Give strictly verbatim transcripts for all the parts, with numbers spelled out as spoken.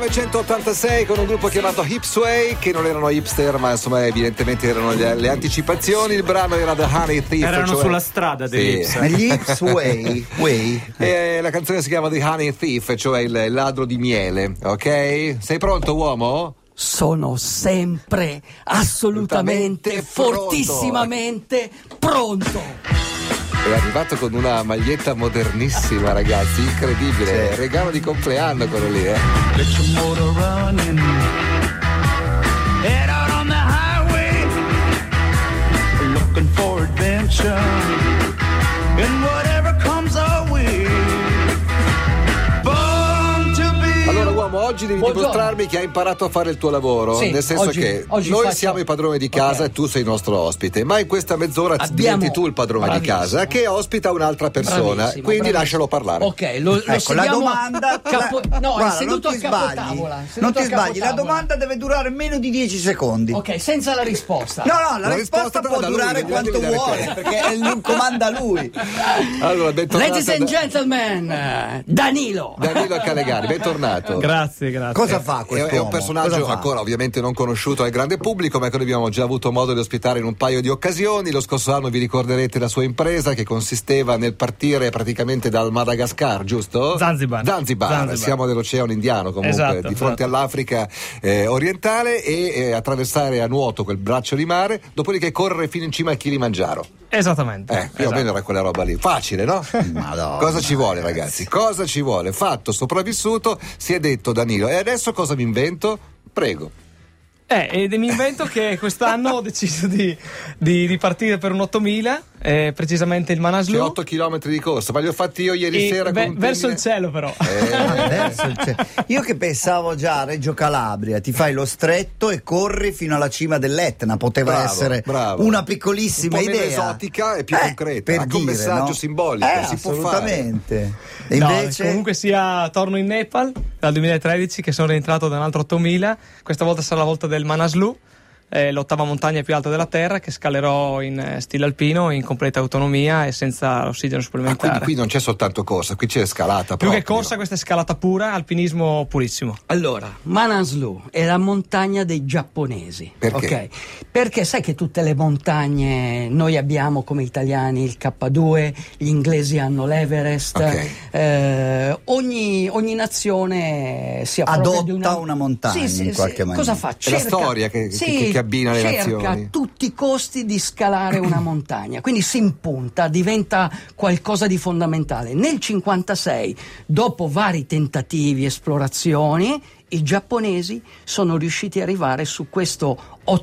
millenovecentottantasei con un gruppo chiamato Hipsway, che non erano hipster ma insomma evidentemente erano le, le anticipazioni. Il brano era The Honey Thief, erano cioè... sulla strada degli sì. Hips. Gli Hipsway Way. E la canzone si chiama The Honey Thief, cioè il ladro di miele. Ok? Sei pronto, uomo? Sono sempre assolutamente, Assolutamente pronto. fortissimamente pronto. È arrivato con una maglietta modernissima, ragazzi, incredibile. Sì. Regalo di compleanno quello lì, eh. Let your motor running. Head out on the highway, looking for adventure, and whatever comes our way. Born to be. Allora, uomo, oggi devi Buongiorno. dimostrarmi che hai imparato a fare il tuo lavoro. Sì, nel senso oggi- che oggi noi faccio- siamo i padroni di casa Ok. e tu sei il nostro ospite, ma in questa mezz'ora Abbiamo- diventi tu il padrone di Bravissimo. casa che ospita un'altra persona. Bravissimo, Quindi bravissimo. lascialo parlare. Ok, lo, lo Ecco, la sediamo domanda capo- la- no, guarda, è seduto non ti a capo sbagli. tavola, Non seduto ti a capo sbagli, la tavola. domanda deve durare meno di dieci secondi. Ok, senza la risposta. No, no, la, La risposta, risposta può da lui, durare gliela quanto devi dare vuole, te. perché non comanda lui. Allora, bentornato. Ladies and gentlemen, Danilo. Danilo Calegari, bentornato. Grazie, grazie. Cosa fa È, questo? è un personaggio ancora ovviamente non conosciuto al grande pubblico, ma che noi abbiamo già avuto modo di ospitare in un paio di occasioni. Lo scorso anno vi ricorderete la sua impresa, che consisteva nel partire praticamente dal Madagascar, giusto? Zanzibar. Zanzibar, Zanzibar. siamo nell'Oceano Indiano comunque, Esatto, di fronte esatto. all'Africa eh, orientale, e eh, attraversare a nuoto quel braccio di mare, dopodiché correre fino in cima al Kilimangiaro. Esattamente. Eh, più o esatto. meno era quella roba lì. Facile, no? Madonna. Cosa ci vuole, ragazzi? Cosa ci vuole? Fatto, sopravvissuto, si è detto Danilo. E adesso cosa mi invento? Prego. Eh, ed mi invento che quest'anno ho deciso di, di, di partire per un ottomila, eh, precisamente il C'è Manaslu. otto chilometri di corsa, ma li ho fatti io ieri E sera ve- con un verso il termine- cielo, però. Ah, verso il cielo. Io che pensavo già a Reggio Calabria, ti fai lo stretto e corri fino alla cima dell'Etna, poteva Bravo, essere bravo. una piccolissima un po' idea. meno esotica e più Eh, concreta, per anche un dire, messaggio no? simbolico, Eh, si può fare. assolutamente. E No, invece comunque sia, torno in Nepal dal duemilatredici, che sono rientrato da un altro ottomila. Questa volta sarà la volta del Manaslu, eh, l'ottava montagna più alta della terra, che scalerò in eh, stile alpino, in completa autonomia e senza ossigeno Ah, supplementare. quindi qui non c'è soltanto corsa, qui c'è scalata Più proprio. che corsa, questa è scalata pura, alpinismo purissimo. Allora, Manaslu è la montagna dei giapponesi. Perché? Ok? Perché sai che tutte le montagne noi abbiamo come italiani il K due, gli inglesi hanno l'Everest. Ok. eh, ogni, ogni nazione si appropria Adotta di una, una montagna, in qualche maniera. Cosa fa? È la storia che- che- che- che abbina le cerca nazioni. a tutti i costi di scalare una montagna, quindi si impunta, diventa qualcosa di fondamentale. Nel cinquantasei, dopo vari tentativi, esplorazioni, i giapponesi sono riusciti ad arrivare su questo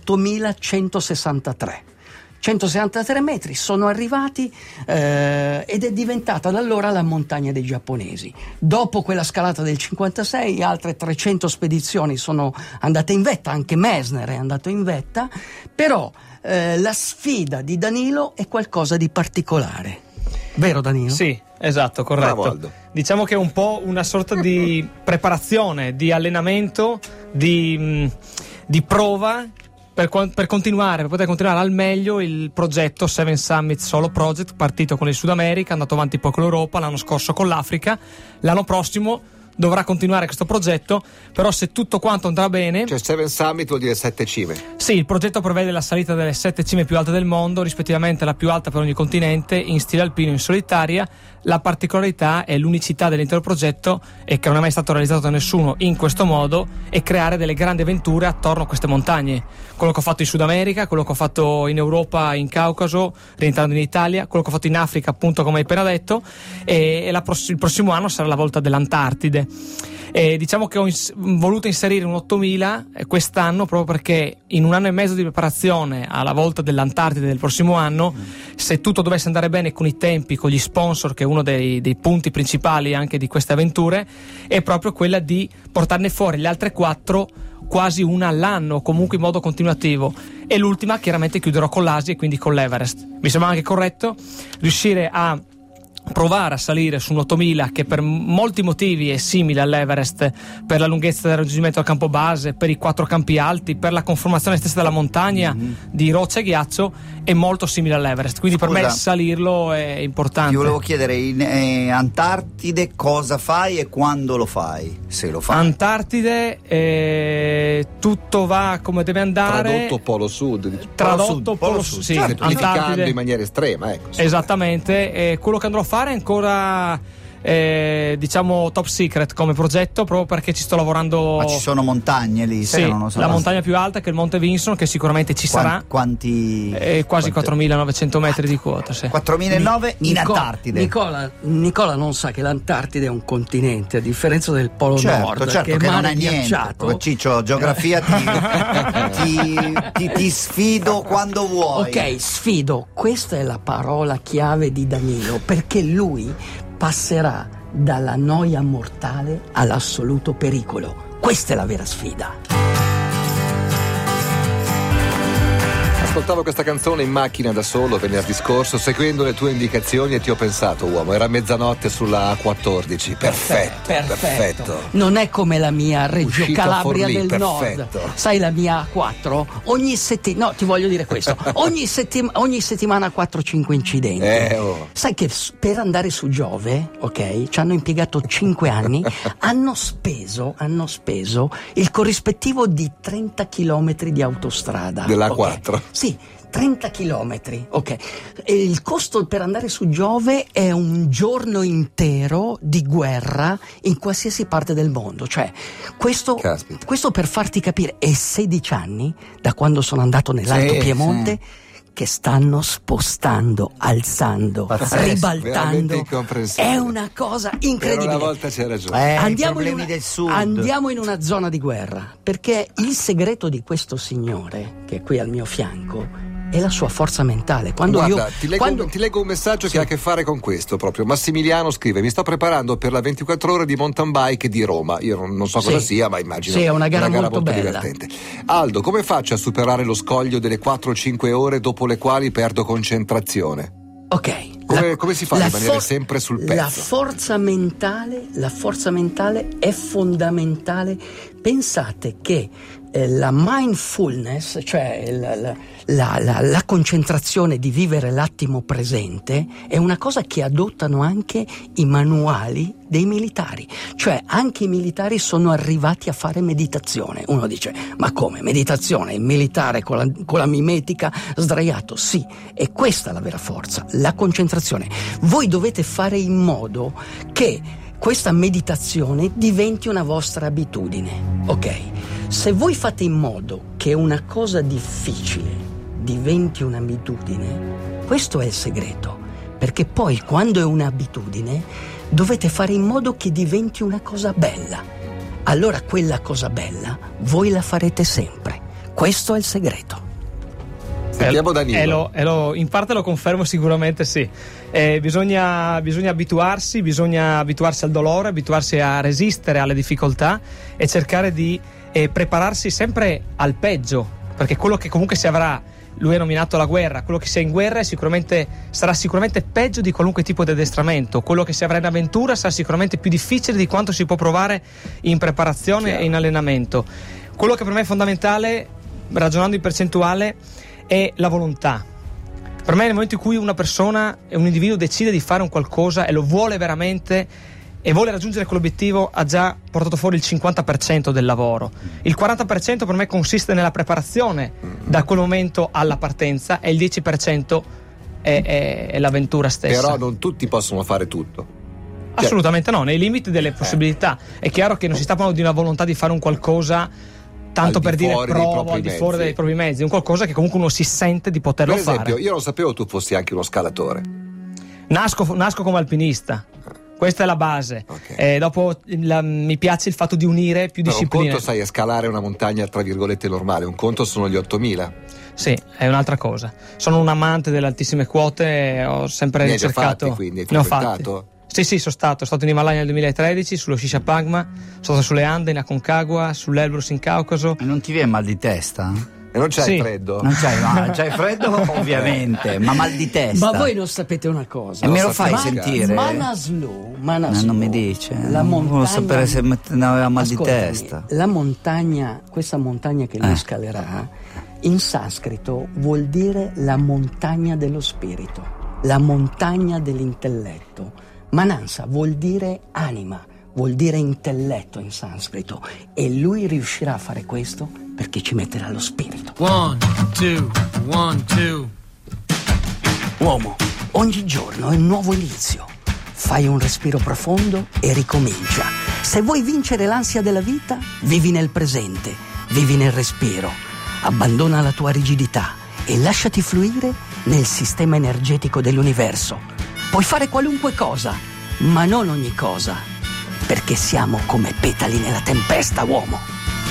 ottomilacentosessantatré. centosessantatré metri sono arrivati eh, ed è diventata da allora la montagna dei giapponesi. Dopo quella scalata del cinquantasei, altre trecento spedizioni sono andate in vetta, anche Messner è andato in vetta, però eh, la sfida di Danilo è qualcosa di particolare. Vero Danilo? Sì, esatto, corretto. Bravo, Aldo. Diciamo che è un po' una sorta di preparazione, di allenamento, di, mh, di prova per, qua- per continuare, per poter continuare al meglio il progetto Seven Summit Solo Project, partito con il Sud America, andato avanti poi con l'Europa, l'anno scorso con l'Africa. L'anno prossimo dovrà continuare questo progetto, però se tutto quanto andrà bene. Cioè Seven Summit vuol dire sette cime. Sì, il progetto prevede la salita delle sette cime più alte del mondo, rispettivamente la più alta per ogni continente, in stile alpino in solitaria. La particolarità e l'unicità dell'intero progetto è che non è mai stato realizzato da nessuno in questo modo, è creare delle grandi avventure attorno a queste montagne. Quello che ho fatto in Sud America, quello che ho fatto in Europa, in Caucaso, rientrando in Italia, quello che ho fatto in Africa, appunto, come hai appena detto, e, e la pross- il prossimo anno sarà la volta dell'Antartide. E diciamo che ho ins- voluto inserire un ottomila eh, quest'anno proprio perché in un anno e mezzo di preparazione alla volta dell'Antartide del prossimo anno, mm. se tutto dovesse andare bene con i tempi, con gli sponsor, che è uno dei, dei punti principali anche di queste avventure, è proprio quella di portarne fuori le altre quattro, quasi una all'anno, comunque in modo continuativo, e l'ultima chiaramente chiuderò con l'Asia e quindi con l'Everest. Mi sembra anche corretto riuscire a provare a salire su un ottomila che per molti motivi è simile all'Everest, per la lunghezza del raggiungimento al campo base, per i quattro campi alti, per la conformazione stessa della montagna mm-hmm. di roccia e ghiaccio, è molto simile all'Everest, quindi Scusa, per me salirlo è importante. Ti volevo chiedere, in eh, Antartide cosa fai e quando lo fai? Se lo fai. Antartide eh, tutto va come deve andare, tradotto polo sud, diciamo. tradotto Polo sud, polo polo sud, sud, sì, certo. semplificando in maniera estrema, ecco. esattamente. Eh, quello che andrò a fare è ancora eh, diciamo top secret come progetto, proprio perché ci sto lavorando. Ma ci sono montagne lì? Sì, non lo so. la montagna più alta, che è il Monte Vinson, che sicuramente ci Quan- sarà. Quanti? Eh, quasi quante... quattromilanovecento metri di quota, sì. quattromilanove in Nicola, Antartide. Nicola, Nicola non sa che l'Antartide è un continente, a differenza del Polo Certo, Nord, certo che che è non mare è niente. ghiacciato. Ciccio, geografia ti, ti, ti, ti sfido quando vuoi. Ok, sfido, questa è la parola chiave di Danilo, perché lui passerà dalla noia mortale all'assoluto pericolo. Questa è la vera sfida. Ascoltavo questa canzone in macchina da solo venerdì scorso, seguendo le tue indicazioni, e ti ho pensato, uomo, era mezzanotte sulla A quattordici. Perfetto, perfetto. perfetto. Non è come la mia Reggio Uscito Calabria a Forlì, del perfetto. Nord. Sai la mia A quattro? Ogni settimana, no, ti voglio dire questo. Ogni, settim- ogni settimana quattro cinque incidenti. Eh, oh. Sai che s- per andare su Giove, ok, ci hanno impiegato cinque anni, hanno speso, hanno speso il corrispettivo di trenta chilometri di autostrada. Della A ok? quattro. Sì, trenta chilometri, ok. E il costo per andare su Giove è un giorno intero di guerra in qualsiasi parte del mondo. Cioè, questo, questo per farti capire, è sedici anni da quando sono andato nell'Alto Sì, Piemonte. Sì. Che stanno spostando, alzando, Pazzesco, veramente ribaltando. incomprensibile. È una cosa Per incredibile. una volta c'è ragione. Eh, Andiamo i in, problemi una, del sud. andiamo in una zona di guerra, perché il segreto di questo signore, che è qui al mio fianco, è la sua forza mentale. Quando Guarda, io, ti, leggo, quando... ti leggo un messaggio Sì. che ha a che fare con questo proprio. Massimiliano scrive: mi sto preparando per la ventiquattro ore di mountain bike di Roma. Io non, non so cosa Sì. sia, ma immagino Sì, è una gara molto molto bella. divertente. Aldo, come faccio a superare lo scoglio delle quattro cinque ore dopo le quali perdo concentrazione? Ok. Come, La- come si fa a la rimanere for- sempre sul pezzo? La forza mentale, la forza mentale è fondamentale. Pensate che eh, la mindfulness, cioè la, la, la, la, la concentrazione di vivere l'attimo presente, è una cosa che adottano anche i manuali dei militari. Cioè anche i militari sono arrivati a fare meditazione. Uno dice: ma come meditazione? Il militare con la, con la mimetica sdraiato? Sì, è questa la vera forza, la concentrazione. Voi dovete fare in modo che questa meditazione diventi una vostra abitudine, ok? Se voi fate in modo che una cosa difficile diventi un'abitudine, questo è il segreto, perché poi quando è un'abitudine dovete fare in modo che diventi una cosa bella. Allora quella cosa bella voi la farete sempre. Questo è il segreto. Sentiamo Danilo. E lo, e lo, in parte lo confermo sicuramente, sì. Eh, bisogna, bisogna abituarsi, bisogna abituarsi al dolore, abituarsi a resistere alle difficoltà e cercare di eh, prepararsi sempre al peggio, perché quello che comunque si avrà, lui ha nominato la guerra, quello che si è in guerra è sicuramente, sarà sicuramente peggio di qualunque tipo di addestramento, quello che si avrà in avventura sarà sicuramente più difficile di quanto si può provare in preparazione Chiaro. e in allenamento. Quello che per me è fondamentale, ragionando in percentuale, è la volontà. Per me nel momento in cui una persona e un individuo decide di fare un qualcosa e lo vuole veramente e vuole raggiungere quell'obiettivo, ha già portato fuori il cinquanta per cento del lavoro. Il quaranta per cento per me consiste nella preparazione da quel momento alla partenza e il dieci per cento è, è, è l'avventura stessa. Però non tutti possono fare tutto. Assolutamente no, nei limiti delle possibilità. È chiaro che non si sta parlando di una volontà di fare un qualcosa tanto Al di per dire fuori dei provo propri al di fuori mezzi. dei propri mezzi, un qualcosa che comunque uno si sente di poterlo Per esempio, fare. io non sapevo tu fossi anche uno scalatore. Nasco, nasco come alpinista, questa è la base. Ok. Eh, dopo la- mi piace il fatto di unire più Però un discipline. conto sai è scalare una montagna tra virgolette normale, un conto sono gli ottomila. Sì, è un'altra cosa. Sono un amante delle altissime quote, ho sempre Ne hai già cercato. fatti, quindi hai Ne ho frequentato? fatti. Sì, sì, sono stato, sono stato in Himalaya nel duemilatredici, sullo Shishapangma, sono stato sulle Ande in Aconcagua, sull'Elbrus in Caucaso. E non ti viene mal di testa? E non c'hai Sì. freddo? Non c'hai, no, c'hai freddo ovviamente, ma mal di testa. Ma voi non sapete una cosa? E me lo fai Ma- sentire? Manaslu, Manaslu, No, non mi dice. la Non montagna, volevo sapere se met- ne aveva mal di Ascoltami, testa. La montagna, questa montagna che lui Eh. scalerà, in sanscrito vuol dire la montagna dello spirito, la montagna dell'intelletto. Manansa vuol dire anima, vuol dire intelletto in sanscrito, e lui riuscirà a fare questo perché ci metterà lo spirito. One, two, one, two. Uomo, ogni giorno è un nuovo inizio. Fai un respiro profondo e ricomincia. Se vuoi vincere l'ansia della vita, vivi nel presente, vivi nel respiro. Abbandona la tua rigidità e lasciati fluire nel sistema energetico dell'universo. Puoi fare qualunque cosa, ma non ogni cosa, perché siamo come petali nella tempesta, uomo.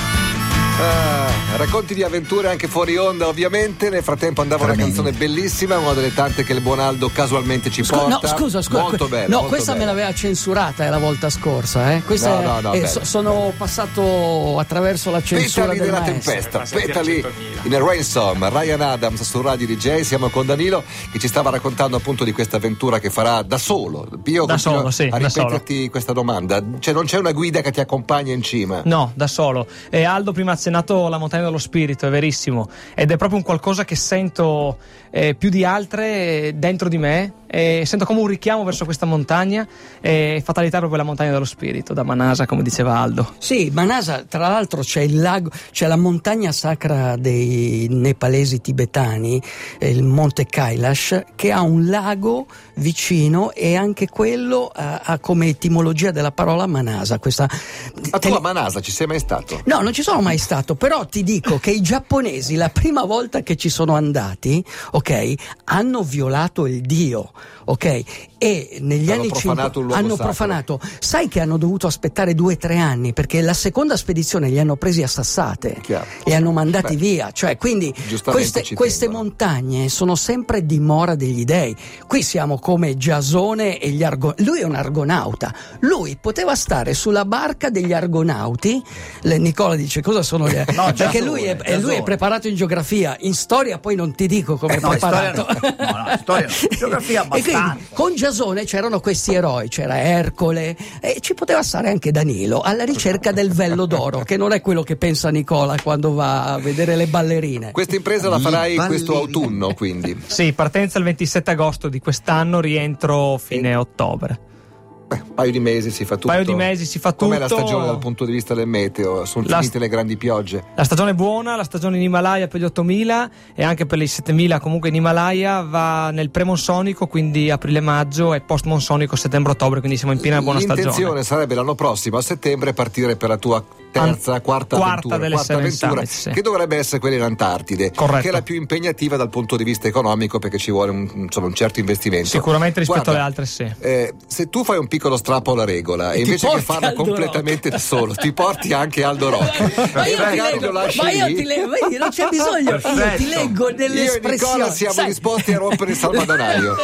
Ah, racconti di avventure anche fuori onda, ovviamente. Nel frattempo andava una Tremendo. canzone bellissima, una delle tante che il buon Aldo casualmente ci Scu- porta. no, scusa, scusa. Molto que- bella. no, molto questa bella. me l'aveva censurata eh, la volta scorsa. Eh. Questa No, è- no, no, eh, bella. so- sono passato attraverso la censura Petali del della maestro. tempesta, petali in Ransom, Ryan Adams su Radio D J. Siamo con Danilo che ci stava raccontando appunto di questa avventura che farà da solo. Io Da continuo solo, sì, a da solo. ripeterti questa domanda, cioè non c'è una guida che ti accompagna in cima? No, da solo. E Aldo prima ha accennato la montagna dello spirito, è verissimo. Ed è proprio un qualcosa che sento eh, più di altre dentro di me. E sento come un richiamo verso questa montagna. E fatalità è proprio la montagna dello spirito, da Manasa, come diceva Aldo. Sì, Manasa, tra l'altro c'è il lago, c'è la montagna sacra dei nepalesi tibetani, eh, il monte Kailash, che ha un lago vicino, e anche quello ha, ha come etimologia della parola Manasa. Questa, Ma te tu li- a Manasa ci sei mai stato? No, non ci sono mai stato, però ti dico che i giapponesi la prima volta che ci sono andati, ok, hanno violato il dio, ok, e negli Hanno anni profanato un cinquanta luogo hanno sacro. profanato. Sai che hanno dovuto aspettare due o tre anni perché la seconda spedizione li hanno presi a sassate, Chiaro. li hanno mandati Beh, via, cioè quindi giustamente queste, ci queste tengono. montagne sono sempre dimora degli dei. Qui siamo come Giasone e gli argonauti. Lui è un argonauta, lui poteva stare sulla barca degli argonauti. Le- Nicola dice cosa sono gli No, perché Giasone, lui è, e lui Giasone. è preparato in geografia, in storia poi non ti dico come è No, in storia preparato. no. No, no, in storia no. Geografia E quindi abbastanza. con Giasone c'erano questi eroi, c'era Ercole e ci poteva stare anche Danilo alla ricerca del vello d'oro, che non è quello che pensa Nicola quando va a vedere le ballerine. Questa impresa la farai I questo ballerini. autunno, quindi. Sì, partenza il ventisette agosto di quest'anno, rientro fine ottobre. Beh, un paio di mesi si fa tutto. Un paio di mesi si fa tutto. Com'è la stagione dal punto di vista del meteo? Sono La- finite le grandi piogge? La stagione è buona, la stagione in Himalaya per gli ottomila e anche per i settemila, comunque in Himalaya va nel pre-monsonico, quindi aprile-maggio, e post-monsonico settembre-ottobre, quindi siamo in piena buona L'intenzione stagione. sarebbe l'anno prossimo, a settembre, partire per la tua terza, An- quarta, quarta avventura, delle quarta Seven avventura, Summits, sì. che dovrebbe essere quella in Antartide, Corretto. che è la più impegnativa dal punto di vista economico, perché ci vuole un, insomma, un certo investimento. Sicuramente rispetto Guarda, alle altre sì. eh, se tu fai un piccolo strappo alla regola e ti invece che porti farla Aldo completamente da solo, ti porti anche Aldo Rocchi. Ma io, E ti magari leggo, lo lasci ma io lì. ti leggo, vedi, non c'è bisogno, io ti leggo delle Io e espressioni. Nicola siamo sai- disposti a rompere il salvadanaio.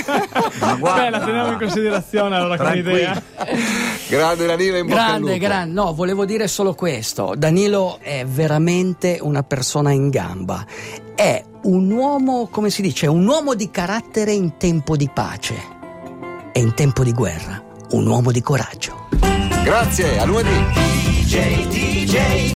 Ma guarda, Beh, la teniamo in considerazione allora come Tranquillo. idea. Grande Danilo, in bocca al Grande, lupo. grande. No, volevo dire solo questo. Danilo è veramente una persona in gamba. È un uomo, come si dice, un uomo di carattere in tempo di pace e in tempo di guerra, un uomo di coraggio. Grazie, a lunedì. D J, D J.